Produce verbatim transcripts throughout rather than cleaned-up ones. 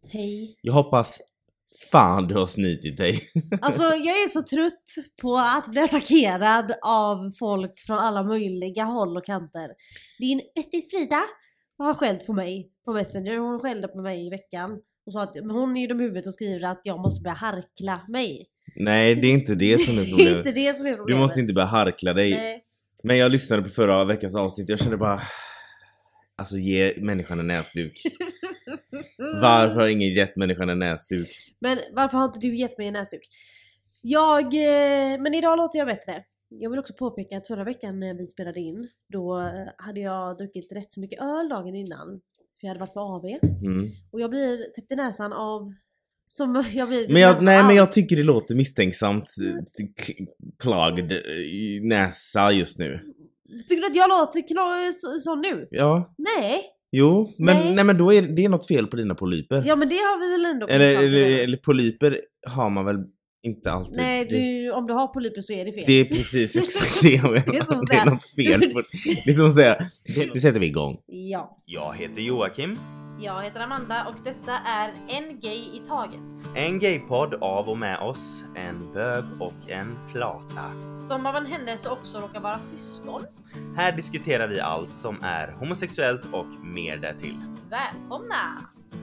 Hej. Jag hoppas fan du har snytit dig. Alltså jag är så trött på att bli attackerad av folk från alla möjliga håll och kanter. Din bästis Frida har skällt på mig på Messenger. Hon skällde på mig i veckan och sa att hon är dum huvudet och skriver att jag måste börja harkla mig. Nej, det är inte det som är Det är problemet. inte det som är problemet. Du måste inte börja harkla dig. Nej. Men jag lyssnade på förra veckans avsnitt. Jag kände bara, alltså ge människan en näsduk. Varför har ingen gett människan en näsduk? Men varför har inte du gett mig en näsduk? Jag, eh, men idag låter jag bättre. Jag vill också påpeka att förra veckan när vi spelade in, då hade jag druckit rätt så mycket öl dagen innan. För jag hade varit på A V. Mm. Och jag blir täppt i näsan av... Som jag blir Men jag, nej, allt. men jag tycker det låter misstänksamt klagd i näsa just nu. Tycker du att jag låter klar så, så nu? Ja. Nej. Jo, men, Nej. nej, men då är det är något fel på dina polyper. Ja, men det har vi väl ändå kommit eller, fram till eller, redan. eller polyper har man väl inte alltid. Nej, det, du, om du har polyper så är det fel. det är precis exakt det jag menar. Det är som att Det är säga- något fel på det. är som att säga, nu sätter vi igång. Ja. Jag heter Joakim. Jag heter Amanda och detta är En Gay i Taget. En gaypodd av och med oss, en bög och en flata. Som av en händelse också råkar vara syskon. Här diskuterar vi allt som är homosexuellt och mer därtill. Välkomna!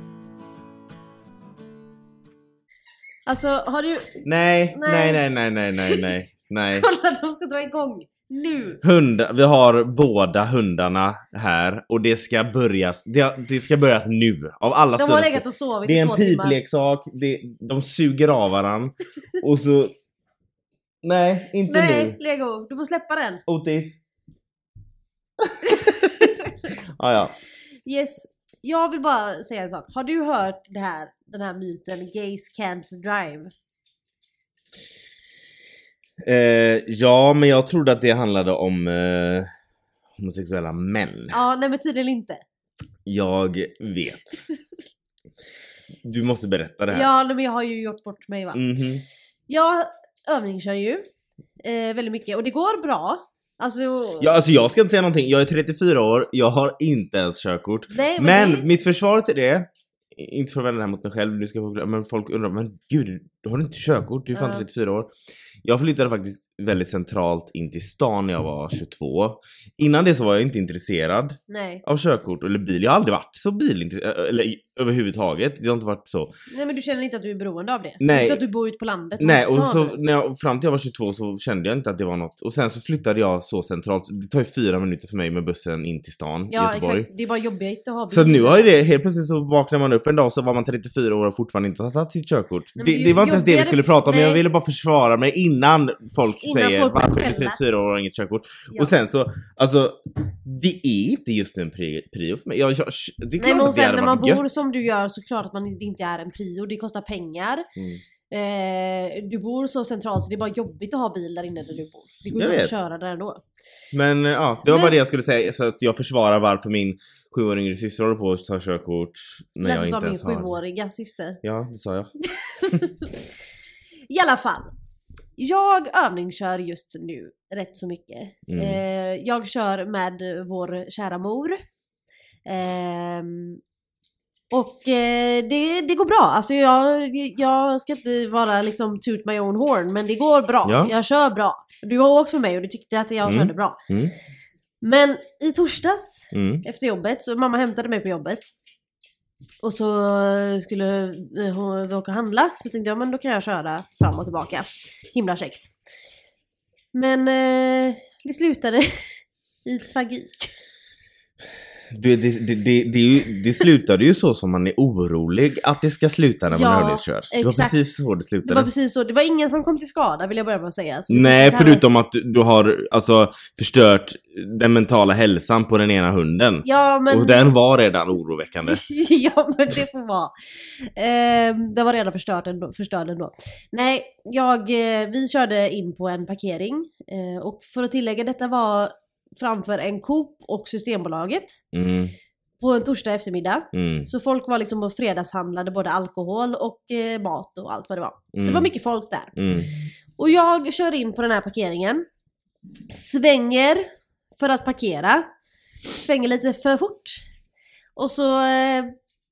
Alltså, har du... Nej, Nej. nej, nej, nej, nej, nej, nej, nej. Kolla, de ska dra igång nu. Hundar, vi har båda hundarna här och det ska börjas, det, det ska börjas nu av alla De har stunder. legat och sovit Det är i en två timmar. pipleksak, det, de suger av varann och så... Nej, inte Nej, nu. Lego, du får släppa den. Otis. ah, ja. Yes, jag vill bara säga en sak. Har du hört det här, den här myten Gays can't drive? Eh, ja, men jag trodde att det handlade om eh, homosexuella män. Ja, nej men tydligen inte. Jag vet. Du måste berätta det här. Ja, nej, men jag har ju gjort bort mig va. Mhm. Jag övningskör ju eh, väldigt mycket och det går bra. Alltså, Ja, alltså jag ska inte säga någonting. Jag är trettiofyra år, jag har inte ens körkort. nej, men, Men det, mitt försvar till det, inte för att vända det här mot mig själv, nu ska jag, men folk undrar, men gud, har du inte körkort? Du är fan Ja. trettiofyra år. Jag flyttade faktiskt väldigt centralt in till stan när jag var tjugotvå. Innan det så var jag inte intresserad nej. av körkort eller bil. Jag har aldrig varit så bilintresserad, eller överhuvudtaget. Det har inte varit så. Nej, men du känner inte att du är beroende av det? Nej. Inte så att du bor ute på landet och Nej, i och stan. så när jag, fram till jag var tjugotvå så kände jag inte att det var något. Och sen så flyttade jag så centralt. Det tar ju fyra minuter för mig med bussen in till stan i Ja, Göteborg. exakt. Det är bara jobbigt att ha bil. Så nu har ju det, helt plötsligt så vaknar man upp en dag så var man trettiofyra år och fortfarande inte tagit sitt körkort. Nej, men det, det är det var inte ens det vi jobbigare- skulle prata om, men jag nej. ville bara försvara mig innan folk Innan säger folk börjar varför är du skälla. trettiofyra år och har inget körkort. Ja. Och sen så, alltså, det är inte just nu en prio, prio för mig. Jag, jag, det är klart Nej, men och att det sen hade när man varit bor gött. som du gör så klart att man det inte är en prio. Det kostar pengar. Mm. Eh, du bor så centralt så det är bara jobbigt att ha bil där inne där du bor. Det går Jag inte att vet. köra där ändå. Men ja, det var Men- bara det jag skulle säga. Så att jag försvarar varför min sju år yngre syster håller på att ta körkort när jag Lätt inte som min ens har. sjuåriga syster. Ja, det sa jag. I alla fall. Jag övningskör just nu rätt så mycket. Mm. Eh, jag kör med vår kära mor. Ehm, och eh, det, det går bra. Alltså jag, jag ska inte vara liksom toot my own horn, men det går bra. Ja. Jag kör bra. Du har åkt med mig och du tyckte att jag Mm. körde bra. Mm. Men i torsdags Mm. efter jobbet, så mamma hämtade mig på jobbet. Och så skulle eh, hon åka och handla. Så tänkte jag, men då kan jag köra fram och tillbaka. Himla käckt. Men eh, det slutade i tragik. Du, det, det, det, det, är ju- det slutade ju så som man är orolig att det ska sluta när man Ja, övningskör. Det var exakt. precis så det Det slutade. var precis så. Det var ingen som kom till skada, vill jag börja med att säga. Så vi Nej, sitter här- förutom att du, du har alltså förstört den mentala hälsan på den ena hunden. Ja, men... Och den var redan oroväckande. Ja, men det får vara. Eh, det var redan förstört ändå, förstörd ändå. Nej, jag, eh, vi körde in på en parkering. Eh, och för att tillägga, detta var framför en Coop och Systembolaget. Mm, På en torsdag eftermiddag. mm, Så folk var liksom och fredagshandlade både alkohol och eh, mat och allt vad det var. Så Mm. det var mycket folk där. mm. Och jag kör in på den här parkeringen. Svänger för att parkera. Svänger lite för fort. Och så eh,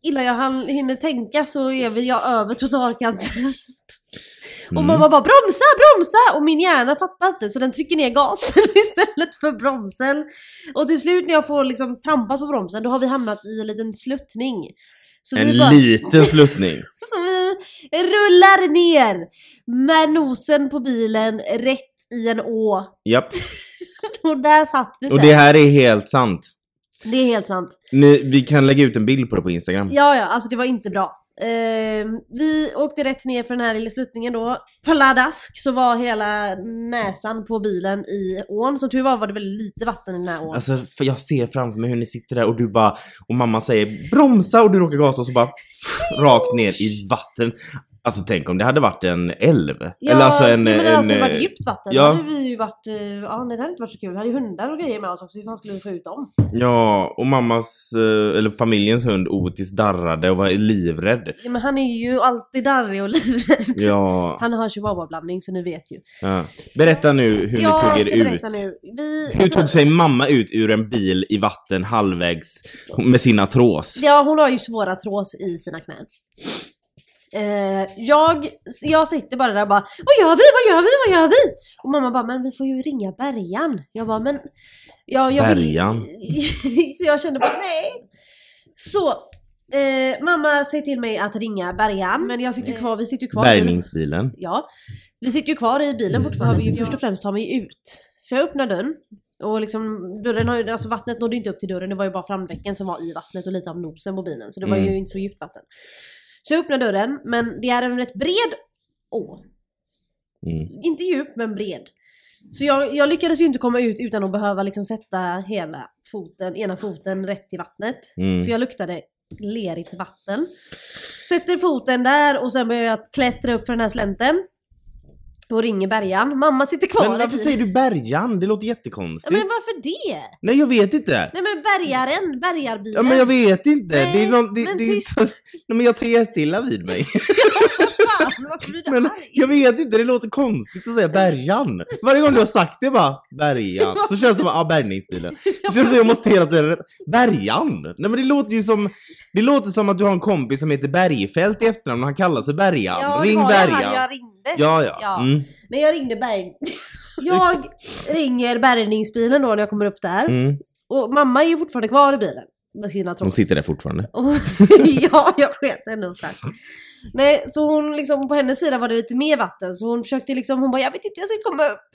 Innan jag hann, hinner tänka så är vi jag över trottoarkanten. Mm. Och mamma bara bromsa, bromsa! Och min hjärna fattar inte så den trycker ner gasen istället för bromsen. Och till slut när jag får liksom trampa på bromsen då har vi hamnat i en liten sluttning. Så En vi bara, liten sluttning. så vi rullar ner med nosen på bilen rätt i en å. Japp. Och där satt vi sen. Och det här är helt sant. Det är helt sant. Ni, vi kan lägga ut en bild på det på Instagram. Ja, ja, alltså det var inte bra. Uh, vi åkte rätt ner för den här lilla sluttningen då. Pladask så var hela näsan på bilen i ån. Som tur var var det väldigt lite vatten i den här ån. Alltså för jag ser framför mig hur ni sitter där och du bara och mamma säger bromsa och du råkar gasa och så bara pff, rakt ner i vatten. Alltså tänk om det hade varit en älv. Ja, eller alltså en, ja, men en, alltså det varit djupt vatten. ja. Då hade vi ju varit, ja nej, det hade inte varit så kul. Vi hade ju hundar och grejer med oss också. Hur fan skulle vi få ut dem? Ja, och mammas eh, eller familjens hund Otis darrade och var livrädd. Ja, men han är ju alltid darrig och livrädd. Ja. Han har chihuahua-blandning så ni vet ju. ja. Berätta nu hur Ja, ni jag tog ska er berätta ut. nu. Vi, Hur alltså- tog sig mamma ut ur en bil i vatten halvvägs med sina trås? Ja, hon har ju svåra trås i sina knän. Eh, jag, jag sitter bara där och bara vad gör vi, vad gör vi, vad gör vi? Och mamma bara, men vi får ju ringa Bergan. Jag bara, men ja, jag vill... Bergan? Så jag kände bara, nej. Så eh, mamma säger till mig att ringa Bergan. Men jag sitter ju kvar, vi sitter ju kvar i bilen. Bärgningsbilen. Ja, vi sitter ju kvar i bilen fortfarande. Vi först och främst tar mig ut. Så jag öppnar dörren. Och liksom dörren har ju, alltså vattnet nådde inte upp till dörren. Det var ju bara framdäcken som var i vattnet och lite av nosen på bilen. Så det var ju Mm. inte så djupt vatten. Så jag öppnar dörren, men det är en rätt bred å. Mm. Inte djup, men bred. Så jag, jag lyckades ju inte komma ut utan att behöva liksom sätta hela foten, ena foten rätt i vattnet. Mm. Så jag luktade lerigt vatten. Sätter foten där och sen börjar jag klättra upp för den här slänten. Och ringer Bergan. Mamma sitter kvar. Men varför säger du Bergan? Det låter Ja, jättekonstigt. men varför det? Nej, jag vet inte. Nej men bärgaren, bärgarbilen. Ja, men jag vet inte. Nej, det är någon, det, men det är tyst. så, nej, men jag tar jätteilla vid mig. Fan, varför blir du Men arg? jag vet inte, det låter konstigt att säga Bergan. Varje gång du har sagt det bara Bergan. Så känns det som, ja, bärgningsbilen. Det känns som jag måste hela tiden, Bergan. Nej men det låter ju som, det låter som att du har en kompis som heter Bergfält i efternamn och han kallar sig Bergan. Ja, det Ring var jag, Bergan. han jag ringde. Ja, ja. Ja. Mm. När jag ringde berg... Jag ringer bärgningsbilen då när jag kommer upp där. Mm. Och mamma är ju fortfarande kvar i bilen. Med sina Hon tross. sitter där fortfarande. Och, ja, jag sket henne och stack. Nej, så hon liksom, på hennes sida var det lite mer vatten. Så hon försökte liksom, hon bara, jag vet inte, jag ska komma upp.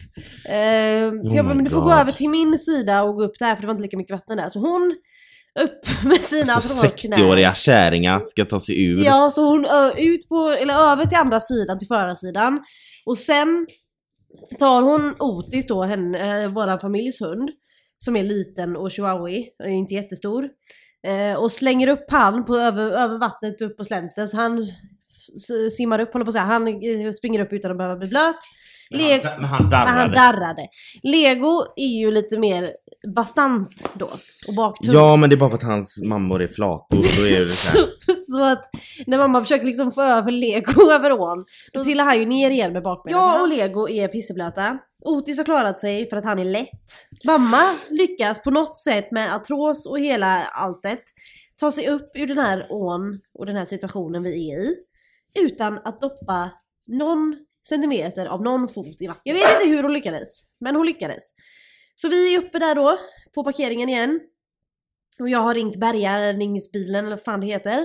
Eh, så Oh jag bara, my men du får God. gå över till min sida och gå upp där. För det var inte lika mycket vatten där. Så hon upp med sina Alltså trådsknän. sextio-åriga kärringar ska ta sig ur. Ja, så hon ö, ut på, eller över till andra sidan, till förarsidan. Och sen tar hon Otis då, henne, eh, våran familjs hund. Som är liten och chihuahua, och inte jättestor. Eh, och slänger upp han på över, över vattnet upp på slänten. Så han s- simmar upp, håller på att säga. Han eh, springer upp utan att behöva bli blöt. Men Leg- han, men han men darrade. han darrade. Lego är ju lite mer bastant då. Och baktung. Ja, men det är bara för att hans mammor är flator. Då är det så här. så, så att när mamma försöker liksom få över Lego över ån, då trillar han ju ner igen med bakbenen. Ja, och Lego är pisseblöta. Otis har klarat sig för att han är lätt. Mamma lyckas på något sätt med artros och hela alltet ta sig upp ur den här ån och den här situationen vi är i utan att doppa någon centimeter av någon fot i vattnet. Jag vet inte hur hon lyckades, men hon lyckades. Så vi är uppe där då på parkeringen igen. Och jag har ringt bärgningsbilen eller vad fan det heter.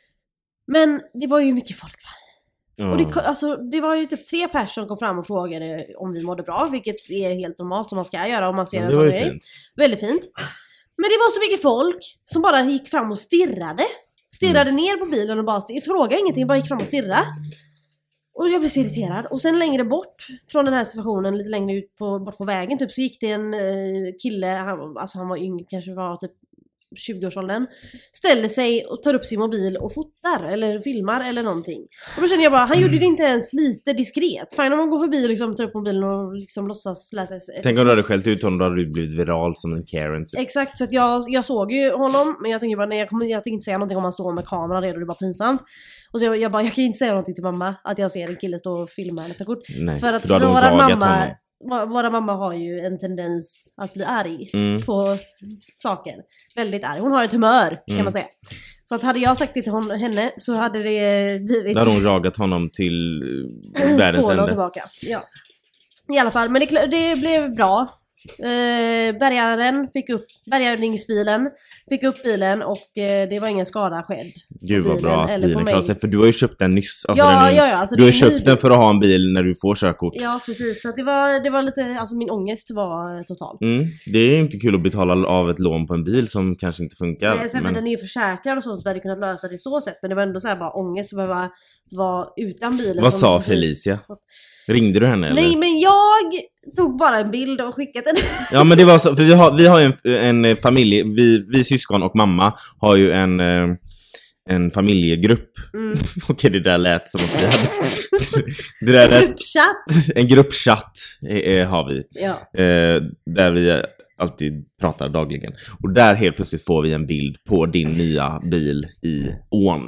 Men det var ju mycket folk va? Ja. Och det, alltså, det var ju typ tre personer som kom fram och frågade om vi mådde bra. Vilket är helt normalt som man ska göra om man ser Ja, en det sån var ju grej. fint. Väldigt fint. Men det var så mycket folk som bara gick fram och stirrade. Stirrade Mm. ner på bilen och bara st- frågade ingenting, bara gick fram och stirrade. Och jag blev så irriterad. Och sen längre bort från den här situationen, lite längre ut på, bort på vägen typ, så gick det en eh, kille, han, alltså han var yngre, kanske var typ tjugo-årsåldern, ställer sig och tar upp sin mobil och fotar eller filmar eller någonting. Och då känner jag bara, han gjorde det inte ens lite diskret. Fine om man går förbi och liksom tar upp mobilen och liksom låtsas läsa ett Tänk om du hade skällt ut honom, då hade du blivit viral som en Karen typ. Exakt, så att jag, jag såg ju honom, men jag tänkte bara, nej jag kommer jag tänkte inte säga någonting om han står med kameran redo, det är bara pinsamt. Och så jag, jag bara, jag kan inte säga någonting till mamma att jag ser en kille stå och filma eller ta kort. Nej, för att för då hade hon våran jagat mamma honom. våra mamma har ju en tendens att bli arg Mm. på saker. Väldigt arg. Hon har ett humör kan Mm. man säga. Så att hade jag sagt det till hon, henne så hade det blivit Där har hon ragat honom till eh, världens Skål och ände. tillbaka. Ja. I alla fall, men det, det blev bra. Eh, bärgaren fick upp bärgningsbilen, fick upp bilen och eh, det var ingen skada skedd. Gud vad bilen bra att eller på bilen mig. klarar sig. För du har ju köpt den nyss. Alltså Ja, den är, ja, ja, alltså du det har är köpt ny- den för att ha en bil när du får körkort. Ja, precis. Så att det var, det var lite, alltså min ångest var eh, total. Mm. Det är inte kul att betala av ett lån på en bil som kanske inte funkar. Nej, sen, men den är ju försäkrad och sånt så vi hade kunnat lösa det så sätt. Men det var ändå så här bara ångest att behöva vara utan bilen. Vad som sa precis- Felicia? Ringde du henne eller? Nej, men jag tog bara en bild och skickade den. Ja men det var så, för vi har, vi har ju en, en familj, vi, vi syskon och mamma har ju en, eh, en familjegrupp. Mm. Okej, det där lät som att vi hade... det där lät, Gruppchatt. en gruppchatt eh, eh, har vi. Ja. Eh, där vi alltid pratar dagligen. Och där helt plötsligt får vi en bild på din nya bil i ån.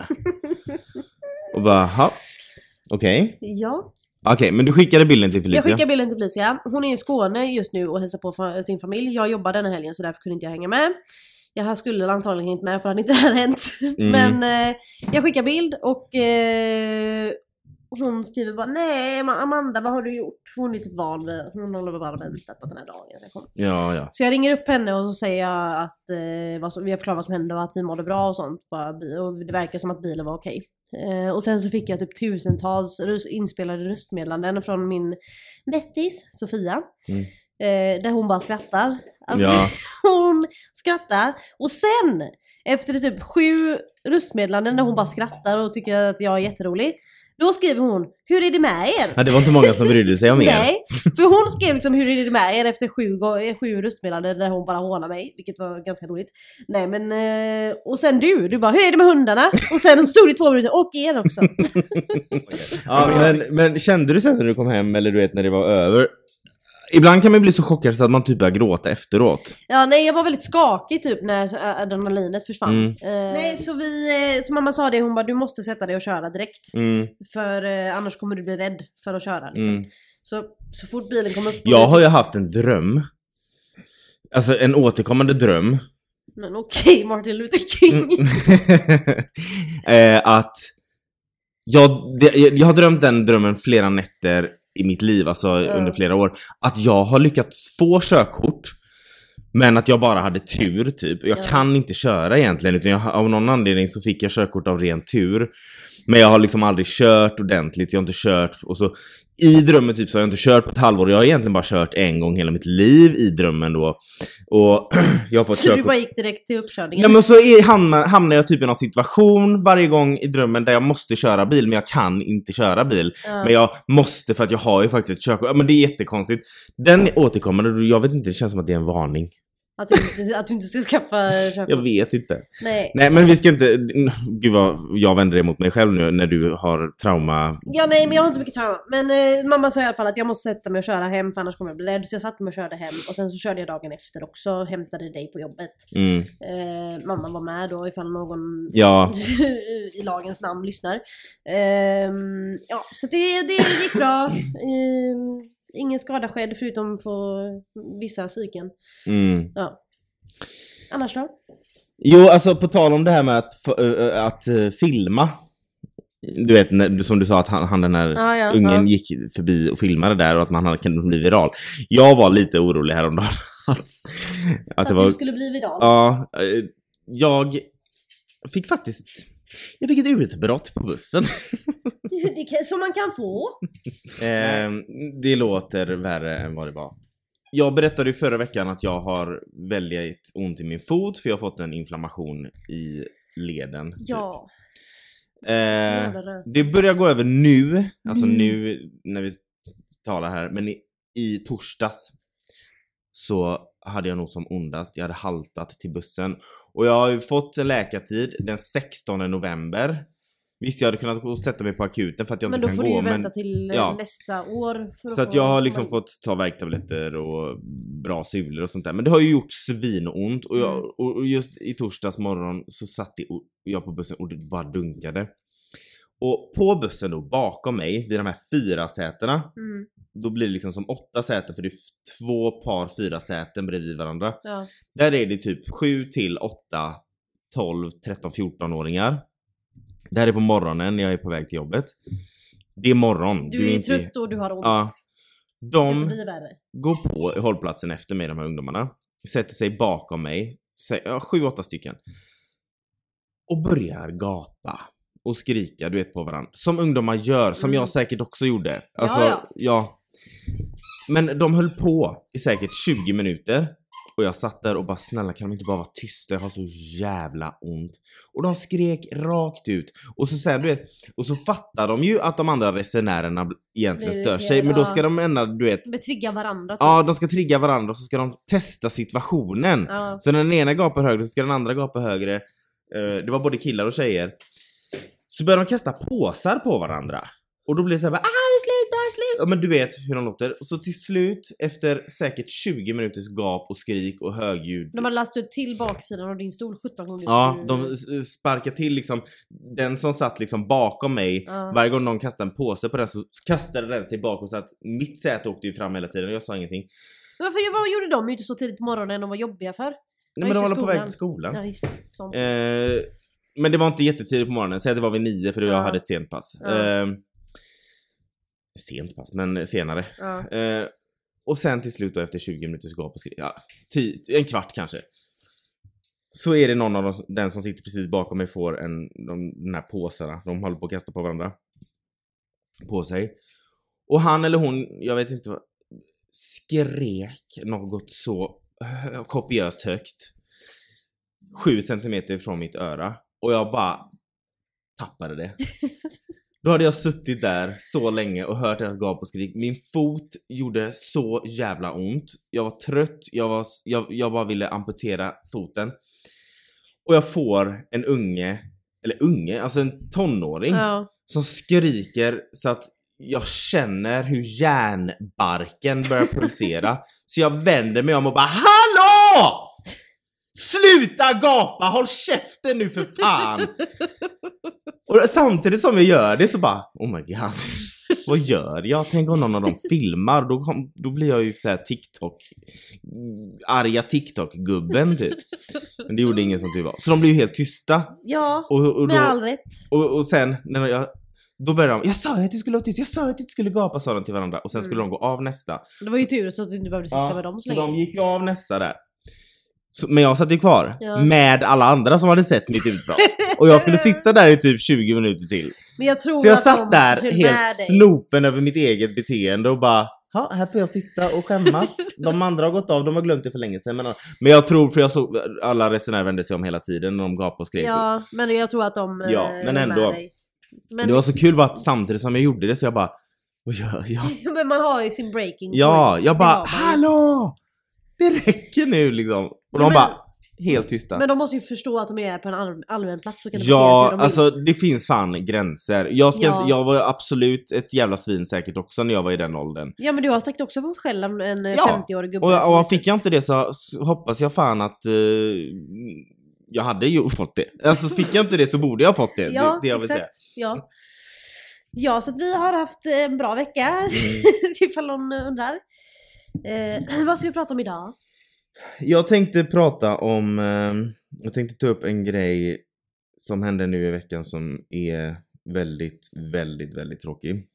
Och bara, ha, okej. Ja. Okej, men du skickade bilden till Felicia? Jag skickar bilden till Felicia. Hon är i Skåne just nu och hälsar på fa- sin familj. Jag jobbar den här helgen så därför kunde inte jag hänga med. Jag skulle antagligen inte med för att det inte hade hänt. Mm. Men eh, jag skickar bild och eh, hon skriver bara nej Amanda, vad har du gjort? Hon är typ van vid, hon håller bara väntat på den här dagen jag kom. Ja, ja. Så jag ringer upp henne och så säger jag att eh, vad som, vi har förklarat vad som hände och att vi mådde bra och sånt. Bara, och det verkar som att bilen var okej. Eh, och sen så fick jag typ tusentals röst, inspelade röstmeddelanden från min bästis Sofia. Mm. Eh, där hon bara skrattar. Alltså, Ja. hon skrattar. Och sen, efter typ sju röstmeddelanden där hon bara skrattar och tycker att jag är jätterolig. Då skriver hon, hur är det med er? Ja, det var inte många som brydde sig om er. Nej, för hon skrev liksom hur är det med er efter sju, gå- sju röstmeddelanden där hon bara hånar mig, vilket var ganska roligt. Nej men, eh, och sen du, du bara hur är det med hundarna? Och sen stod det två minuter, och er också. Ja, men, men kände du sen när du kom hem eller du vet när det var över? Ibland kan man bli så chockad så att man typ börjar gråta efteråt. Ja, nej jag var väldigt skakig typ när adrenalinet försvann. Mm. Eh, nej, så vi, eh, så mamma sa det, hon bara du måste sätta dig och köra direkt. Mm, För eh, annars kommer du bli rädd för att köra liksom. mm. Så, så fort bilen kom upp. Jag har ju haft en dröm. Alltså en återkommande dröm. Men okej, Martin Luther King. eh, att jag, det, jag har drömt den drömmen flera nätter i mitt liv, alltså Mm. under flera år. Att jag har lyckats få körkort, men att jag bara hade tur typ. Jag Ja. kan inte köra egentligen, utan jag, av någon anledning så fick jag körkort av ren tur. Men jag har liksom aldrig kört ordentligt, jag har inte kört. Och så i drömmen typ så har jag inte kört på ett halvår. Jag har egentligen bara kört en gång hela mitt liv i drömmen då. Och jag har fått Så du körkort. bara gick direkt till uppkörningen? Ja, men så är, hamnar, hamnar jag typ i någon situation varje gång i drömmen där jag måste köra bil, men jag kan inte köra bil. Ja. Men jag måste för att jag har ju faktiskt ett körkort. Ja, men det är jättekonstigt. Den återkommande, jag vet inte, det känns som att det är en varning. Att du, inte- att du inte ska skaffa körkort? Jag vet inte. Nej. Nej, men vi ska inte... Gud vad jag vänder det mot mig själv nu när du har trauma. Ja, nej, men jag har inte så mycket trauma. Men eh, mamma sa i alla fall att jag måste sätta mig och köra hem för annars kommer jag bli rädd. Så jag satte mig och körde hem. Och sen så körde jag dagen efter också och hämtade dig på jobbet. Mm. Eh, mamma var med då ifall någon Ja. i lagens namn lyssnar. Ehm, ja, så det, det gick bra. Ehm, ingen skada skedde förutom på vissa psyken. Mm. Ja. Annars då? Jo, alltså på tal om det här med att, f- ö, att uh, filma. Du vet, när, som du sa att han, han den här Ja, ja, ungen ja. gick förbi och filmade där och att man hade kunnat bli viral. Jag var lite orolig häromdagen. att, Att, det var, du skulle bli viral? ja, eh, jag fick faktiskt... Jag fick ett utbrott på bussen. Det kan, som man kan få. eh, det låter värre än vad det var. Jag berättade ju förra veckan att jag har väldigt ont i min fot för jag har fått en inflammation i leden. typ. Ja. Eh, Så jävla det börjar gå över nu, alltså Mm. nu när vi talar här, men i, i torsdags så hade jag nog som ondast, jag hade haltat till bussen och jag har ju fått en läkartid den sextonde november. Visst, jag hade kunnat gå och sätta mig på akuten för att jag Men inte då kan får gå, du ju men vänta till eh, ja. nästa år. För så att få jag har liksom komma in. fått ta värktabletter och bra sulor och sånt där. Men det har ju gjort svinont. Och, jag, Mm. och och just i torsdags morgon så satt jag på bussen och det bara dunkade. Och på bussen då bakom mig, vid de här fyra sätena, Mm. då blir det liksom som åtta säten för det är två par fyra säten bredvid varandra. Ja. Där är det typ sju till åtta, tolv, tretton, fjorton-åringar. Det här är på morgonen när jag är på väg till jobbet. Det är morgon. Du, är, inte... trött och du har ont. Ja. Det De blir värre. går på hållplatsen efter mig, de här ungdomarna. Sätter sig bakom mig. Ja, sju, åtta stycken. Och börjar gapa. Och skrika, du vet, på varandra. Som ungdomar gör, som Mm. jag säkert också gjorde. Alltså, Ja, ja. ja. Men de höll på i säkert tjugo minuter. Och jag satt där och bara, snälla kan de inte bara vara tysta? Jag har så jävla ont. Och de skrek rakt ut. Och så sen, du vet, och så fattar de ju att de andra resenärerna egentligen Blir stör sig. irriterade, Men då ja. ska de ändå, du vet. Men trigga varandra. Typ. Ja, de ska trigga varandra och så ska de testa situationen. Ja. Så när den ena gapar högre så ska den andra gapa högre. Eh, det var både killar och tjejer. Så börjar de kasta påsar på varandra. Och då blir det så här, ah, det är slut, det är slut. Ja, men du vet hur de låter. Och så till slut, efter säkert tjugo minuters gap och skrik och högljud. De har lastat ut till baksidan av din stol sjutton gånger. Ja, de sparkar till liksom. Den som satt liksom bakom mig. Ja. Varje gång någon kastade en påse på den så kastade den sig bakåt. Så att mitt säte åkte ju fram hela tiden och jag sa ingenting. Men varför, vad gjorde de inte så tidigt på morgonen? De var jobbiga för? Nej, Ja, men just de i håller på väg skolan. till skolan. Ja, just det. Sånt. Eh, men det var inte jättetidigt på morgonen. Säg att det var vid nio för jag Ja. hade ett sent pass. Ja. Eh, sent pass, men senare. Ja. Eh, och sen till slut då efter tjugo minuter så går på skri- ja, tio, en kvart kanske. Så är det någon av dem, den som sitter precis bakom mig får en, de, den här påsarna. De håller på att kasta på varandra. På sig. Och han eller hon, jag vet inte vad, skrek något så hö- kopiöst högt. Sju centimeter från mitt öra. Och jag bara tappade det. Då hade jag suttit där så länge och hört deras gap och skrik. Min fot gjorde så jävla ont. Jag var trött. Jag, var, jag, jag bara ville amputera foten. Och jag får en unge, eller unge, alltså en tonåring. Ja. Som skriker så att jag känner hur järnbarken börjar pulsera. Så jag vänder mig om och bara, hallå! Sluta gapa! Håll käften nu för fan! Och samtidigt som jag gör det så bara, oh my god, vad gör jag? Tänk om någon av dem filmar, då, kom, då blir jag ju så här TikTok, arga TikTok-gubben typ. Men det gjorde ingen som tur var. Så de blev ju helt tysta. Ja, och, och, med då, all rätt. och, och sen, när jag, då började de, jag sa ju att du skulle vara tyst, jag sa ju att du inte skulle gapa, sa de till varandra. Och sen skulle Mm. de gå av nästa. Det var ju tur så att du inte behövde sitta Ja, med dem så så länge. de gick ju av nästa där. Så, men jag satt ju kvar Ja. med alla andra som hade sett mitt utbrott. Och jag skulle sitta där i typ tjugo minuter till. Men jag tror Så jag att satt de där höll med helt dig. snopen över mitt eget beteende och bara, ja, här får jag sitta och skämmas. De andra har gått av, de har glömt det för länge sedan. Men, men jag tror, för jag såg alla resenärer vände sig om hela tiden när de gapade och skrek. Ja, men jag tror att de Ja, eh, men höll ändå. med dig. Men, Det var så kul bara att samtidigt som jag gjorde det så jag bara, vad gör jag? men man har ju sin breaking Ja, point. jag Det bara, har man ju. hallå! Det räcker nu liksom. Och Ja, de men- bara, helt tysta. Men de måste ju förstå att de är på en all- allmän plats och kan Ja, bete sig hur de alltså det finns fan gränser. Jag, ska Ja. inte, jag var absolut ett jävla svin säkert också när jag var i den åldern. vill. Ja, men du har säkert också fått skäll av en eh, Ja, femtio-årig gubbe. Och, som är och fick jag trött. inte det så, så hoppas jag fan att eh, jag hade ju fått det. Alltså fick jag inte det så borde jag ha fått det. Ja, det, det jag vill exakt. säga. Ja. Ja, så att vi har haft eh, en bra vecka. Mm. Ifall någon undrar. Eh, vad ska vi prata om idag? Jag tänkte prata om, eh, jag tänkte ta upp en grej som hände nu i veckan som är väldigt, väldigt, väldigt tråkig.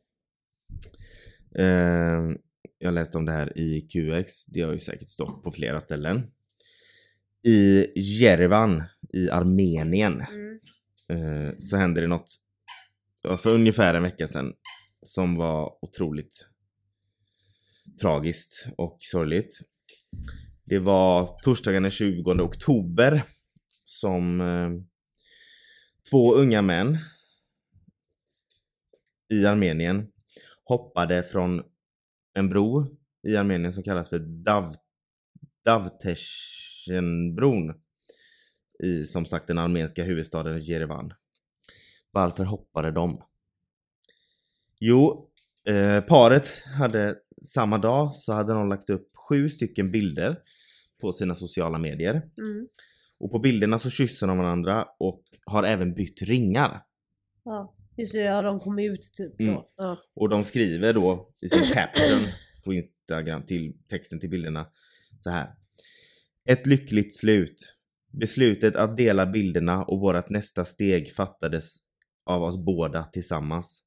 Eh, jag läste om det här i Q X, det har ju säkert stått på flera ställen. I Jerevan i Armenien Mm. eh, så hände det något ja, för ungefär en vecka sedan som var otroligt tragiskt och sorgligt. Det var torsdagen den tjugonde oktober som eh, två unga män i Armenien hoppade från en bro i Armenien som kallas för Dav Davteshenbron i som sagt den armenska huvudstaden Jerevan. Varför hoppade de? Jo, eh, paret hade samma dag så hade de lagt upp sju stycken bilder på sina sociala medier. Mm. Och på bilderna så kysser de varandra och har även bytt ringar. Ja. Just det, ja, de kom ut typ då. Mm. Ja. Och de skriver då i sin caption på Instagram till texten till bilderna så här. Ett lyckligt slut. Beslutet att dela bilderna och vårat nästa steg fattades av oss båda tillsammans.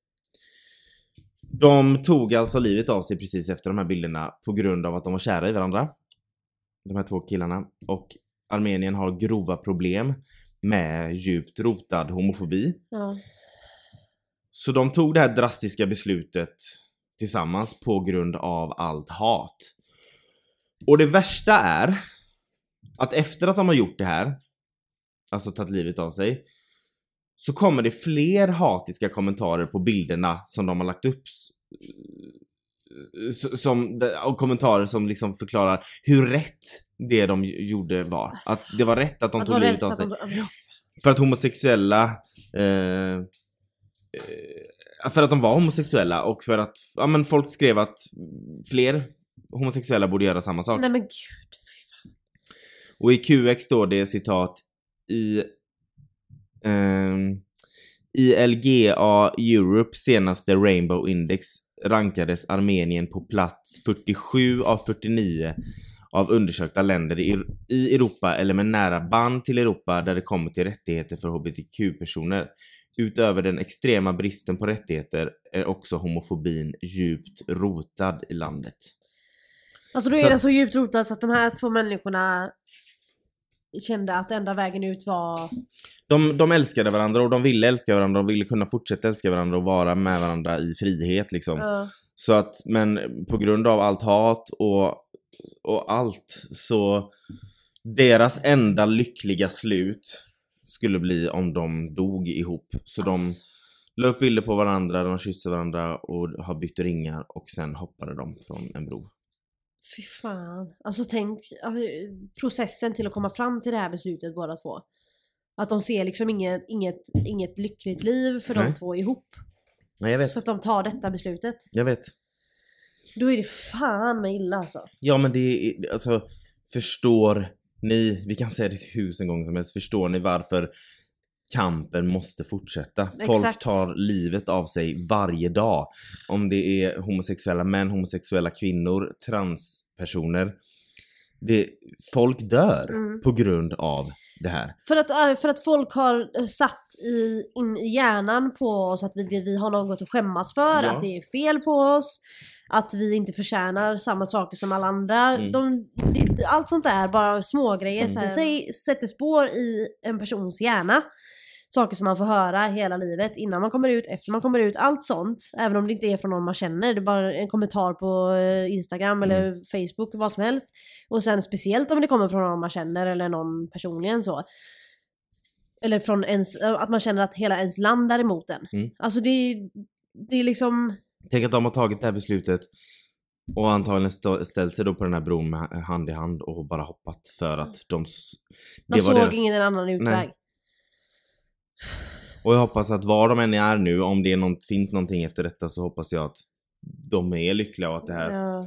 De tog alltså livet av sig precis efter de här bilderna på grund av att de var kära i varandra. De här två killarna. Och Armenien har grova problem med djupt rotad homofobi. Ja. Så de tog det här drastiska beslutet tillsammans på grund av allt hat. Och det värsta är att efter att de har gjort det här, alltså tagit livet av sig, så kommer det fler hatiska kommentarer på bilderna som de har lagt upp. Som, och kommentarer som liksom förklarar hur rätt det de gjorde var. Alltså, att det var rätt att de att tog livet av sig. De... För att homosexuella... Eh, för att de var homosexuella och för att ja, men folk skrev att fler homosexuella borde göra samma sak. Nej men gud, fy fan. Och i Q X står det citat i eh, i L G A Europe senaste Rainbow Index rankades Armenien på plats fyrtiosju av fyrtionio av undersökta länder i, i Europa eller med nära band till Europa där det kommer till rättigheter för H B T Q-personer. Utöver den extrema bristen på rättigheter är också homofobin djupt rotad i landet. Alltså då är så... den så djupt rotad så att de här två människorna kände att enda vägen ut var... De, de älskade varandra och de ville älska varandra och ville kunna fortsätta älska varandra och vara med varandra i frihet liksom. Uh. Så att, men på grund av allt hat och, och allt så deras enda lyckliga slut skulle bli om de dog ihop. Så alltså. De la upp bilder på varandra, de kysste varandra och har bytt ringar och sen hoppade de från en bro. Fy fan. Alltså tänk alltså, processen till att komma fram till det här beslutet båda två. Att de ser liksom inget, inget, inget lyckligt liv för Nej. de två ihop. Nej, jag vet. Så att de tar detta beslutet. Jag vet. Då är det fan med illa alltså. Ja men det är, alltså förstår ni, vi kan säga det tusen gånger som helst, förstår ni varför kampen måste fortsätta? Folk Exakt. tar livet av sig varje dag. Om det är homosexuella män, homosexuella kvinnor, transpersoner. Det, folk dör mm. på grund av det här. För att, för att folk har satt i, in i hjärnan på oss att vi, vi har något att skämmas för, ja. att det är fel på oss, att vi inte förtjänar samma saker som alla andra. Mm. De, det, allt sånt där, bara små grejer sätter, sig, sätter spår i en persons hjärna. Saker som man får höra hela livet, innan man kommer ut, efter man kommer ut, allt sånt. Även om det inte är från någon man känner, det är bara en kommentar på Instagram eller mm. Facebook, vad som helst. Och sen speciellt om det kommer från någon man känner eller någon personligen så. Eller från ens, att man känner att hela ens land är emot den. Mm. Alltså det, det är liksom... Tänk att de har tagit det här beslutet och antagligen st- ställt sig då på den här bron med hand i hand och bara hoppat för att de... De såg deras... ingen annan utväg. Nej. Och jag hoppas att var de än är nu, om det är något, finns någonting efter detta, så hoppas jag att de är lyckliga och att det här... Ja.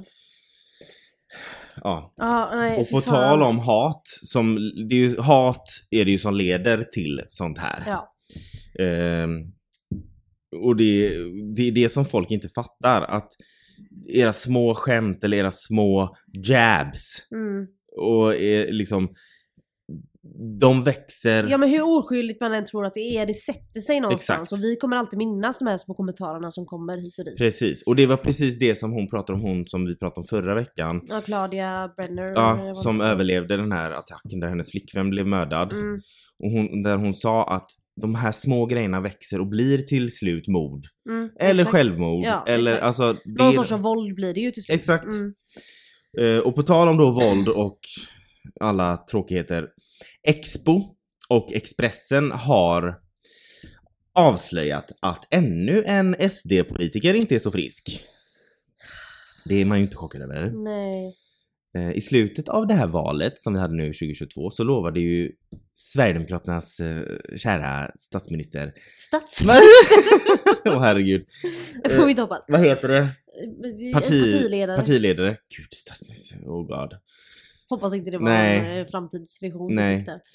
Ja. Ah, nej, och på tal om hat, som, det är ju, hat är det ju som leder till sånt här. Ja. Ehm, och det, det är det som folk inte fattar, att era små skämt eller era små jabs mm. och är liksom... De växer... Ja men hur oskyldigt man än tror att det är, det sätter sig någonstans. Exakt. Och vi kommer alltid minnas de här små kommentarerna som kommer hit och dit. Precis, och det var precis det som hon pratade om, hon som vi pratade om förra veckan. Ja, Claudia Brenner. Ja, som överlevde den här attacken där hennes flickvän blev mördad. Mm. Och hon, där hon sa att de här små grejerna växer och blir till slut mord. Mm, eller exakt. självmord. Ja, eller, exakt. alltså, det någon är... sorts av våld blir det ju till slut. Exakt. Mm. Uh, och på tal om då våld och alla tråkigheter. Expo och Expressen har avslöjat att ännu en S D-politiker inte är så frisk. Det är man ju inte chockad över. Nej. I slutet av det här valet som vi hade nu tjugohundratjugotvå så lovade ju Sverigedemokraternas uh, kära statsminister Statsminister? Åh oh, herregud. Det får vi inte hoppas. Vad heter det? Parti, partiledare. Partiledare. Gud, statsminister. Oh god. Hoppas inte det var Nej. en framtidsvision. Nej.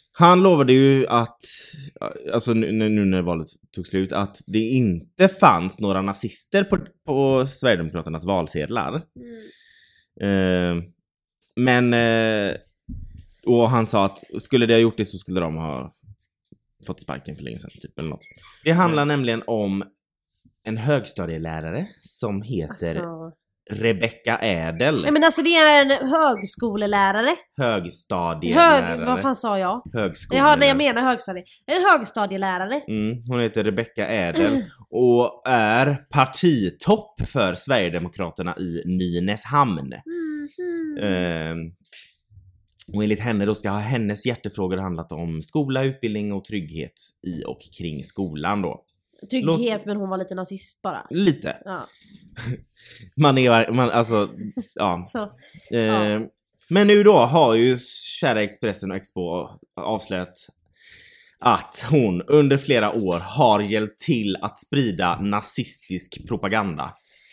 Han lovade ju att, alltså nu, nu när valet tog slut, att det inte fanns några nazister på, på Sverigedemokraternas valsedlar. Mm. Eh, men, eh, och han sa att skulle det ha gjort det så skulle de ha fått sparken för länge sedan, typ, eller något. Det handlar mm. nämligen om en högstadielärare som heter alltså... Rebecca Ädel. Nej men alltså det är en högskolelärare. Högstadielärare. Hög, vad fan sa jag? Högskolelärare. Ja, nej jag menar högstadie. En högstadielärare. Mm, hon heter Rebecca Ädel och är partitopp för Sverigedemokraterna i Nynäshamn. Mm. Eh, och enligt henne då ska hennes hjärtefrågor handlat om skola, utbildning och trygghet i och kring skolan då. Trygghet, Låt... men hon var lite nazist bara. Lite. Ja. man är, man, alltså, ja. Så, eh, ja. Men nu då har ju kära Expressen och Expo avslöjat att hon under flera år har hjälpt till att sprida nazistisk propaganda.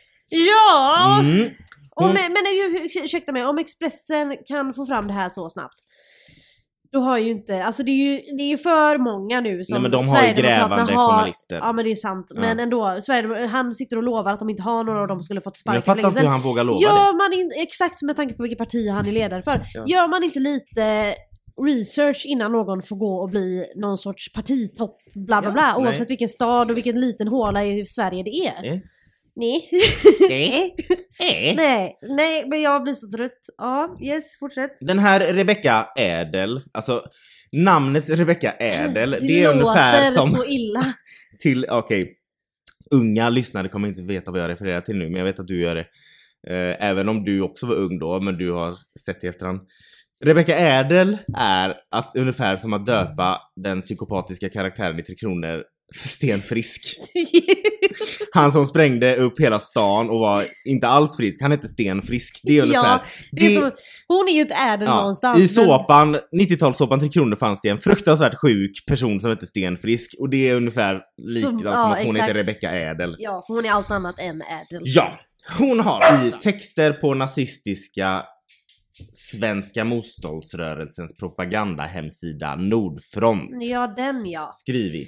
Ja! Mm. Hon... Om, men ursäkta mig, om Expressen kan få fram det här så snabbt, då har ju inte, alltså det är ju, det är ju för många nu som Nej, men de har ju grävande har, journalister. Ja men det är sant, ja. Men ändå, Sverige, han sitter och lovar att de inte har några av dem skulle fått sparken. Jag fattar inte hur han vågar lova Gör det. man in, exakt med tanke på vilket parti han är ledare för. Ja. Gör man inte lite research innan någon får gå och bli någon sorts partitopp, bla bla bla, ja, oavsett nej. vilken stad och vilken liten håla i Sverige det är. Nej. Nej. Nej. Nej. nej, nej, men jag blir så trött. Ja, yes, fortsätt. Den här Rebecca Ädel, alltså namnet Rebecca Ädel, det, det är ungefär som så illa. Till, okej, okay, unga lyssnare kommer inte veta vad jag refererar till nu, men jag vet att du gör det. Eh, även om du också var ung då, men du har sett det efterhand. Rebecca Ädel är att, ungefär som att döpa den psykopatiska karaktären i Tre Kronor Sten Frisk. Han som sprängde upp hela stan och var inte alls frisk. Han hette Sten Frisk. Det är ungefär. Ja, det är det, som, hon är ju ett ädel ja, någonstans. I såpan, men... nittiotalssåpan Tre Kronor fanns det en fruktansvärt sjuk person som hette Sten Frisk. Och det är ungefär lika som, som ja, att hon exakt. heter Rebecca Ädel. Ja, för hon är allt annat än ädel. Ja, hon har i texter på nazistiska Svenska motståndsrörelsens propagandahemsida Nordfront. Ja, den ja. Skrivit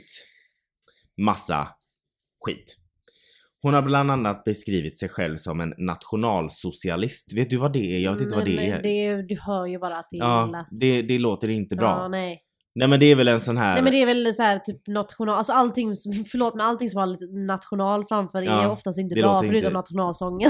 massa skit. Hon har bland annat beskrivit sig själv som en nationalsocialist. Vet du vad det är? Jag vet inte men, vad det är. Det, du hör ju bara att det är ja, illa. Det, det låter inte bra. Ja, nej. Nej men det är väl en sån här... Nej men det är väl så här typ national... Alltså allting, förlåt men allting som har lite national framför ja, är oftast inte bra förutom inte... nationalsången.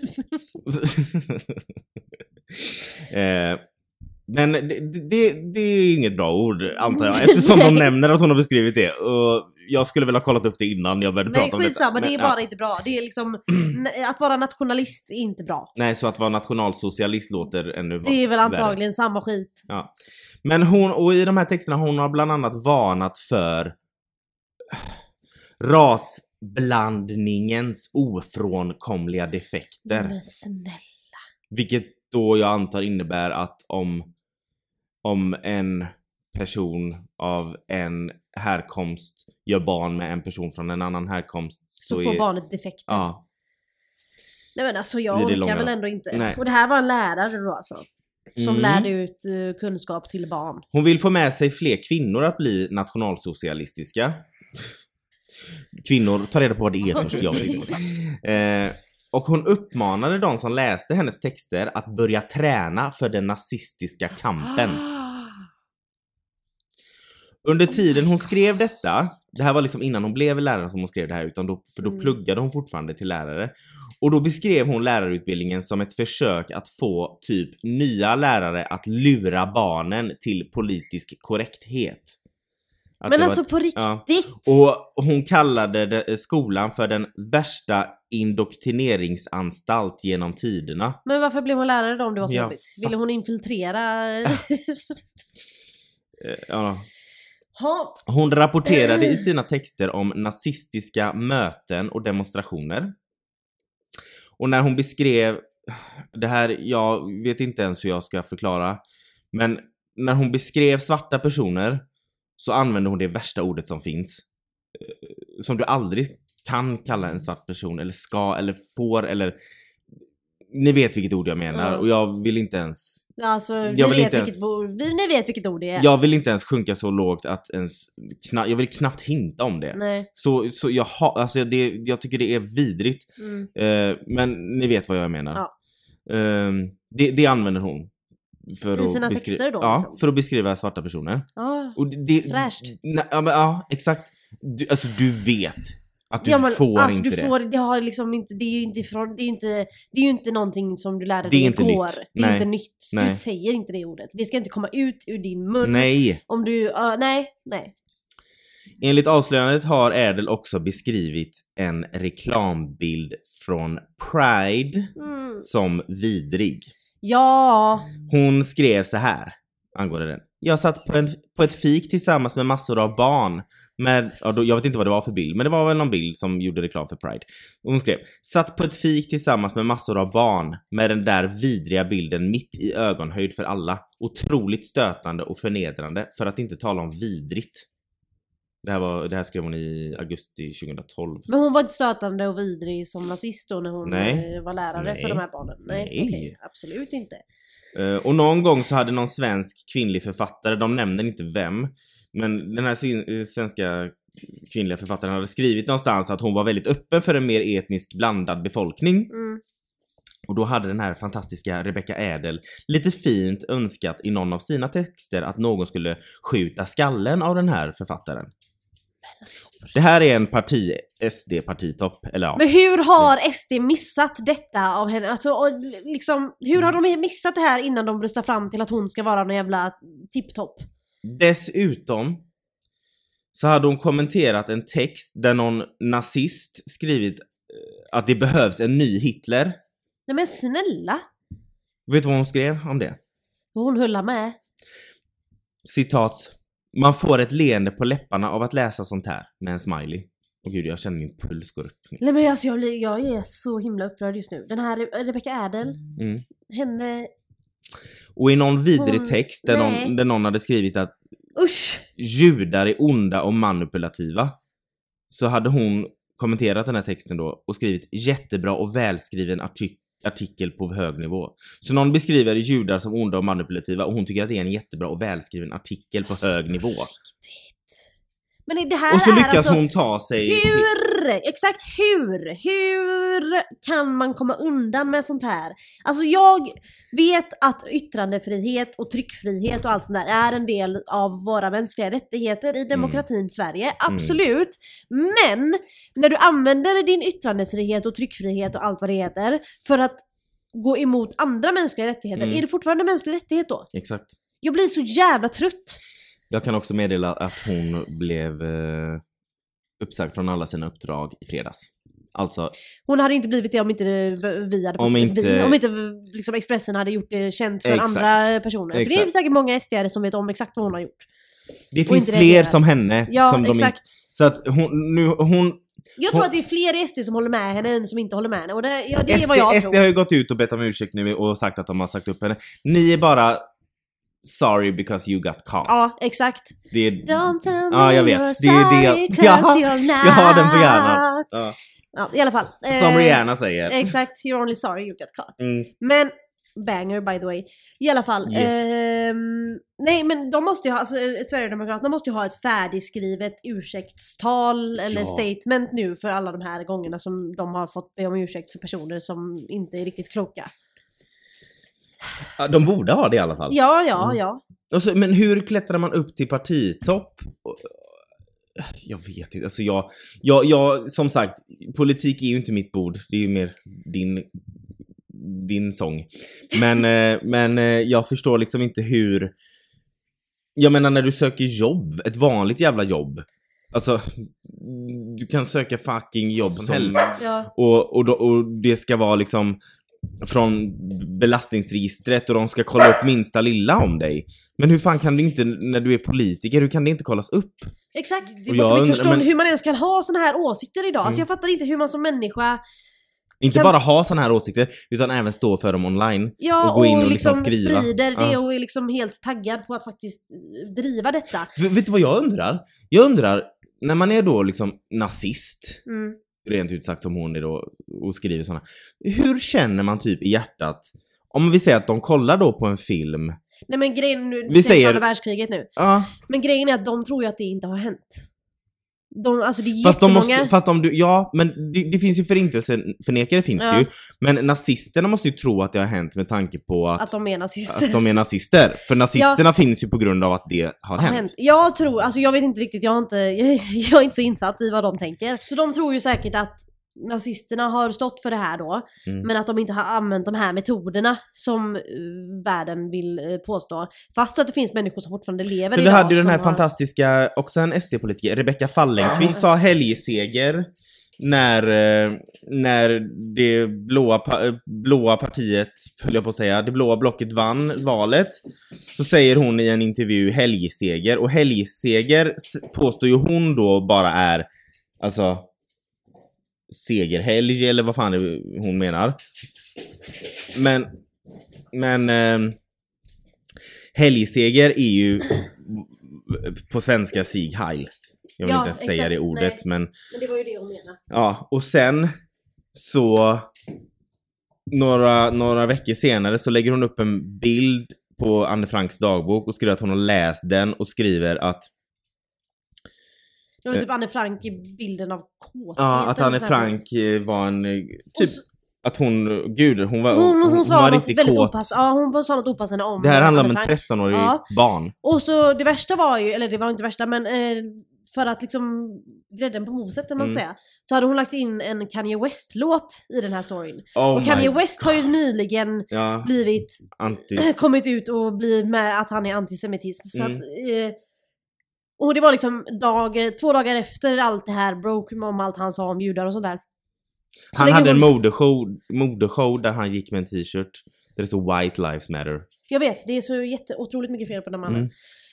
eh, men det, det, det är inget bra ord antar jag, eftersom de nämner att hon har beskrivit det. Och jag skulle väl ha kollat upp det innan jag började nej, prata om det. Nej skitsamma, det är bara ja. inte bra. Det är liksom, att vara nationalist är inte bra. Nej, så att vara nationalsocialist låter ännu värre. Det är väl antagligen värre. Samma skit. Ja. Men hon, och i de här texterna, hon har bland annat varnat för rasblandningens ofrånkomliga defekter. Men snälla. Vilket då jag antar innebär att om, om en person av en härkomst gör barn med en person från en annan härkomst så, så får är, barnet defekter. Ja. Nej men alltså jag orkar långa... väl ändå inte. Nej. Och det här var en lärare då alltså. Som mm. lärde ut uh, kunskap till barn. Hon vill få med sig fler kvinnor att bli nationalsocialistiska. Kvinnor, ta reda på vad det är först. Jag vet. Eh, och hon uppmanade de som läste hennes texter att börja träna för den nazistiska kampen. Under tiden hon skrev detta, det här var liksom innan hon blev lärare som hon skrev det här, utan då, för då mm. pluggade hon fortfarande till lärare. Och då beskrev hon lärarutbildningen som ett försök att få typ nya lärare att lura barnen till politisk korrekthet. Att men alltså var, på riktigt? Ja. Och hon kallade det, skolan för den värsta indoktrineringsanstalt genom tiderna. Men varför blev hon lärare då om det var så ja, jobbigt? Ville hon infiltrera? ja. Hon rapporterade i sina texter om nazistiska möten och demonstrationer. Och när hon beskrev det här, jag vet inte ens hur jag ska förklara, men när hon beskrev svarta personer så använde hon det värsta ordet som finns. Som du aldrig kan kalla en svart person, eller ska, eller får, eller... Ni vet vilket ord jag menar. Mm. Och jag vill inte ens Alltså, vi Jag vill vet inte vilket ens- ord, vi, ni vet vilket ord det är. Jag vill inte ens sjunka så lågt att ens kna- jag vill knappt hinta om det. Nej. Så, så jag, ha, alltså det, jag tycker det är vidrigt. Mm. Eh, men ni vet vad jag menar. Ja. Eh, det, det använder hon. För I sina beskri- texter då, Ja, liksom? för att beskriva svarta personer. Ja. Och det, det, Fräscht. Nej, ja, men, ja, exakt. Du, alltså du vet att du Ja, men, får alltså, inte du det. får, det har liksom inte, det är ju inte ifrån, det är ju inte, det är ju inte någonting som du lärde Det är dig inte igår. nytt. Det är Nej. inte nytt. Nej. Du säger inte det ordet. Det ska inte komma ut ur din mun. Nej. Om du, uh, nej, nej. Enligt avslöjandet har Erdel också beskrivit en reklambild från Pride Mm. som vidrig. Ja. Hon skrev så här angående den. Jag satt på, en, på ett fik tillsammans med massor av barn. Med, ja, då, jag vet inte vad det var för bild, men det var väl någon bild som gjorde reklam för Pride. Och hon skrev, satt på ett fik tillsammans med massor av barn med den där vidriga bilden mitt i ögonhöjd för alla. Otroligt stötande och förnedrande, för att inte tala om vidrigt. Det här, var, det här skrev hon i augusti tjugohundratolv. Men hon var inte stötande och vidrig som nazist då när hon Nej. eh, var lärare Nej. för de här barnen. Nej, Nej. okej, absolut inte. Uh, och någon gång så hade någon svensk kvinnlig författare, de nämnde inte vem, men den här svin- svenska kvinnliga författaren hade skrivit någonstans att hon var väldigt öppen för en mer etnisk blandad befolkning. Mm. Och då hade den här fantastiska Rebecca Erdel lite fint önskat i någon av sina texter att någon skulle skjuta skallen av den här författaren. Det här är en parti, S D-partitopp, eller ja. Men hur har S D missat detta av henne? Alltså, och liksom, hur har de missat det här innan de röstar fram till att hon ska vara någon jävla tipptopp? Dessutom så hade hon kommenterat en text där någon nazist skrivit eh, att det behövs en ny Hitler. Nej men snälla, Vet du vad hon skrev om det? hon hullar med. Citat. Man får ett leende på läpparna av att läsa sånt här med en smiley. Åh gud, jag känner min puls går upp. Nej men alltså jag, blir, jag är så himla upprörd just nu. Den här Re- Rebecca Erdel, Mm. henne, Och i någon vidrig Hon- text där Nej. någon, där någon hade skrivit att usch! judar är onda och manipulativa, så hade hon kommenterat den här texten då och skrivit jättebra och välskriven artik- artikel på hög nivå. Så någon beskriver judar som onda och manipulativa och hon tycker att det är en jättebra och välskriven artikel på hög nivå. Men det här Och så är lyckas alltså, hon ta sig... hur? Exakt hur? Hur kan man komma undan med sånt här? Alltså jag vet att yttrandefrihet och tryckfrihet och allt sånt där är en del av våra mänskliga rättigheter i demokratin Sverige. Absolut. Men när du använder din yttrandefrihet och tryckfrihet och allt vad det heter för att gå emot andra mänskliga rättigheter, Mm. är det fortfarande mänsklig rättighet då? Exakt. Jag blir så jävla trött. Jag kan också meddela att hon blev eh, uppsagd från alla sina uppdrag i fredags. Alltså, Hon hade inte blivit det om inte vi hade fått Om inte- vi, om inte liksom Expressen hade gjort det känt för Exakt. andra personer. För det är Exakt. säkert många S D-are som vet om exakt vad hon har gjort. det Och finns inte fler reagerat. som henne. Ja, som de exakt. Inte, så att hon, nu, hon... Jag tror hon- att det är fler i S D som håller med henne än som inte håller med henne. Och det, ja, det är S D, vad jag S D tror. har ju gått ut och bett om ursäkt nu och sagt att de har sagt upp henne. Ni är bara sorry because you got caught. Ja, exakt. Det är, Don't tell me Ja, jag vet. you're Det är det- sorry 'cause Ja, you're not. jag har den på hjärnan. Ja. Ja, i alla fall. Som Eh, Rihanna säger. Exakt, you're only sorry you got caught. Mm. Men, banger by the way. I alla fall. Yes. ehm, nej men de måste ju ha, alltså eh, Sverigedemokraterna måste ju ha ett färdigskrivet ursäktstal eller Ja. statement nu för alla de här gångerna som de har fått be om ursäkt för personer som inte är riktigt kloka. Ja, de borde ha det i alla fall. Ja, ja, Mm. ja. Och så, men hur klättrar man upp till partitopp? Jag vet inte. Alltså jag, jag, jag, som sagt, politik är ju inte mitt bord. Det är ju mer din, din sång. Men, eh, men eh, jag förstår liksom inte hur... Jag menar när du söker jobb, ett vanligt jävla jobb. Alltså, du kan söka fucking jobb som, helst. ja. Och, och, då, och det ska vara liksom från belastningsregistret och de ska kolla upp minsta lilla om dig. Men hur fan kan du inte, när du är politiker, hur kan det inte kollas upp? Exakt. Det Och är jag bara mitt undrar- förstånd men- hur man ens kan ha såna här åsikter idag. Alltså Mm. jag fattar inte hur man som människa Inte Kan- bara ha såna här åsikter, utan även stå för dem online. ja, Och gå in och liksom, liksom skriva. sprider det Ja. och är liksom helt taggad på att faktiskt driva detta. För, vet du vad jag undrar? Jag undrar, när man är då liksom nazist, Mm. rent ut sagt som hon är då och skriver såna. Hur känner man typ i hjärtat om vi säger att de kollar då på en film. Nej men grejen nu, Vi säger andra världskriget nu. Ja. Men grejen är att de tror ju att det inte har hänt. De, alltså det är Fast de jättemånga... måste, fast om du, ja, men det, det finns ju förintelsen-förnekare finns Ja. det ju. Men nazisterna måste ju tro att det har hänt med tanke på att, Att de är nazister. att de är nazister. För nazisterna finns ju på grund av att det har har hänt. hänt. Jag tror, alltså jag vet inte riktigt, jag, har inte, jag, jag är inte så insatt i vad de tänker. Så de tror ju säkert att nazisterna har stått för det här då, Mm. men att de inte har använt de här metoderna som uh, världen vill uh, påstå. Fast att det finns människor som fortfarande lever För vi idag hade ju den här som har- fantastiska, också en S D-politiker, Rebecca Fallenkvist sa helgseger när, eh, när det blåa, pa- eh, blåa partiet, höll jag på att säga, det blåa blocket vann valet. Så säger hon i en intervju helgseger, och helgseger s- påstår ju hon då bara är, alltså segerhelg eller vad fan det hon menar. Men men eh, helgseger är ju på svenska Sieg Heil. Jag vill Ja, inte ens säga exakt, det ordet, nej. men Men det var ju det hon menade. ja, och sen så några, några veckor senare så lägger hon upp en bild på Anne Franks dagbok och skriver att hon har läst den och skriver att Det var typ Anne Frank i bilden av kåthet. ja, att eller Anne så här. Frank eh, var en eh, typ Och så- att hon, gud, hon var, Hon, hon, hon sa var något riktigt väldigt kåt. opassande. Ja, hon sa något opassande om Det här handlar om Anne en Frank. tretton-årig Ja. barn. Och så det värsta var ju, eller det var inte värsta, men eh, för att liksom grädden på moset kan man Mm. säga, så hade hon lagt in en Kanye West-låt i den här storyn. Oh och Kanye my- West har ju nyligen Ja, blivit, anti... kommit ut och blivit med att han är antisemitism. Så Mm. att, eh, och det var liksom dag, två dagar efter allt det här broke om allt han sa om judar och sådär. Så Han länge hade en hon- modeshow, modeshow där han gick med en t-shirt där det stod White Lives Matter. Jag vet, det är så jätte, otroligt mycket fel på den mannen. Mm.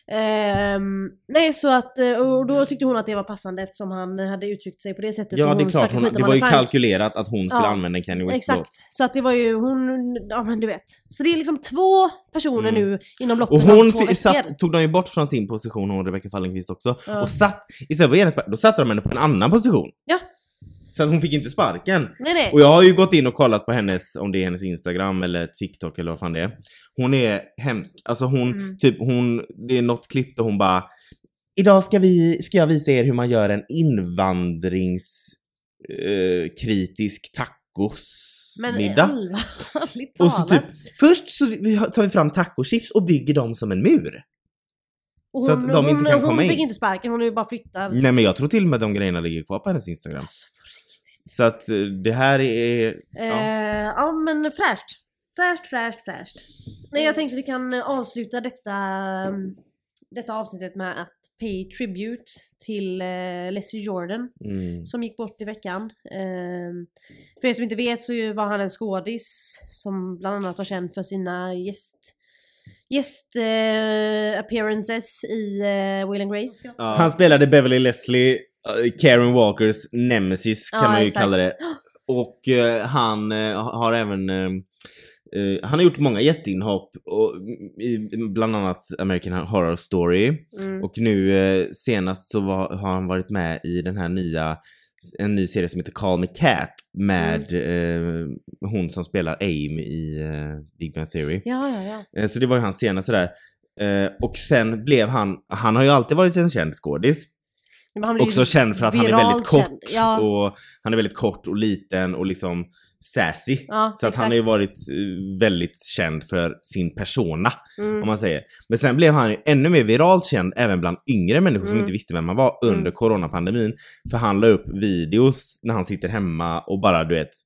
Ehm, nej, så att, och då tyckte hon att det var passande eftersom han hade uttryckt sig på det sättet. Ja, och det är hon klart. snackade Hon, skit om det var Anne ju Frank. kalkylerat att hon skulle Ja, använda en Kanye West-låt. Exakt, så att det var ju hon, ja men du vet. Så det är liksom två personer Mm. nu inom loppet Och hon av två fi- veckor. satt, tog de ju bort från sin position, hon Rebecca Fallenkvist också. Ja. Och satt, istället för hennes, då satte de henne på en annan position. Ja. Så att hon fick inte sparken. Nej, nej. Och jag har ju gått in och kollat på hennes, om det är hennes Instagram eller TikTok eller vad fan det är. Hon är hemsk. Alltså hon, Mm. typ hon, det är något klipp där hon bara: idag ska vi, ska jag visa er hur man gör en invandringskritisk eh, kritisk Men tacosmiddag. allvarligt Och så talat. typ, först så tar vi fram tacochips och bygger dem som en mur. Och så hon, att de inte hon, kan hon komma fick in. inte sparken, hon är ju bara flyttar. Nej, men jag tror till och med de grejerna ligger kvar på hennes Instagram. Alltså, på riktigt. Så att eh, det här är... Ja. Eh, ja men fräscht. Fräscht, fräscht, fräscht. Nej, jag tänkte vi kan eh, avsluta detta, um, detta avsnittet med att pay tribute till uh, Leslie Jordan Mm. som gick bort i veckan. Eh, för er som inte vet så var han en skådis som bland annat var känd för sina gäst gäst eh, appearances i uh, Will and Grace. Ja. Han spelade Beverly Leslie, uh, Karen Walkers nemesis kan Ja, man ju exakt. kalla det. Och eh, han eh, har även... eh, eh, han har gjort många gästinhopp, och, i, bland annat American Horror Story. Mm. Och nu eh, senast så var, har han varit med i den här nya, en ny serie som heter Call Me Cat med Mm. eh, hon som spelar Amy i eh, Big Bang Theory. Ja, ja, ja. Eh, så det var ju hans senaste där. Eh, och sen blev han, han har ju alltid varit en känd skådis. Men han blev Också ju känd för att han är viralt väldigt kort. känd. Ja. Och han är väldigt kort och liten och liksom sassy. Ja, så att exakt. han har ju varit eh, väldigt känd för sin persona, Mm. om man säger. Men sen blev han ju ännu mer viralt känd även bland yngre människor som Mm. inte visste vem han var under Mm. coronapandemin. För han la upp videos när han sitter hemma och bara, du vet,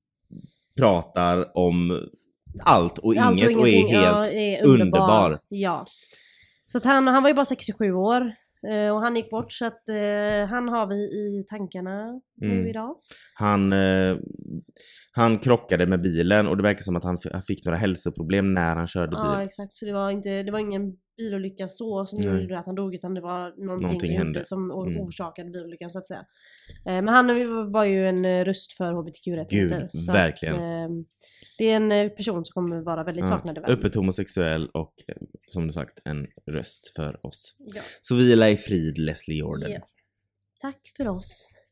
pratar om allt och Allt inget och, är ingenting, helt ja, är underbar. Ja. Så att han, han var ju bara sextiosju år eh, och han gick bort, så att eh, han har vi i tankarna Mm. nu idag. Han, eh, han krockade med bilen och det verkar som att han, f- han fick några hälsoproblem när han körde Ja, bil. exakt. Så det var, inte, det var ingen bilolycka så som Nej. gjorde att han dog, utan det var någonting, Någonting som, hände. gjorde, som o- Mm. orsakade bilolyckan så att säga. Eh, men han var ju en eh, röst för H B T Q-rättigheter. Gud, så verkligen. Att, eh, det är en eh, person som kommer vara väldigt saknad i världen. Öppet homosexuell och eh, som sagt en röst för oss. Ja. Så vila i frid, Leslie Jordan. Ja. Tack för oss.